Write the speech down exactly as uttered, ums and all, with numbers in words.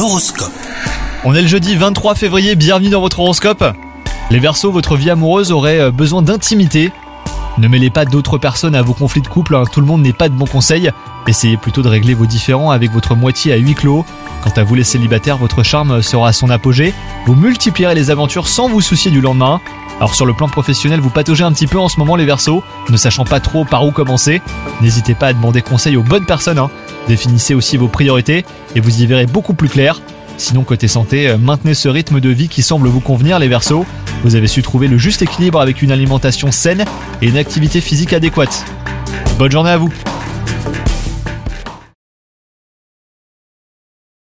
L'horoscope. On est le jeudi vingt-trois février, bienvenue dans votre horoscope. Les Verseaux, votre vie amoureuse aurait besoin d'intimité. Ne mêlez pas d'autres personnes à vos conflits de couple, hein. Tout le monde n'est pas de bons conseils. Essayez plutôt de régler vos différends avec votre moitié à huis clos. Quant à vous les célibataires, votre charme sera à son apogée. Vous multiplierez les aventures sans vous soucier du lendemain. Alors sur le plan professionnel, vous pataugez un petit peu en ce moment les Verseaux, ne sachant pas trop par où commencer. N'hésitez pas à demander conseil aux bonnes personnes, hein. Définissez aussi vos priorités et vous y verrez beaucoup plus clair. Sinon côté santé, maintenez ce rythme de vie qui semble vous convenir les Verseaux. Vous avez su trouver le juste équilibre avec une alimentation saine et une activité physique adéquate. Bonne journée à vous.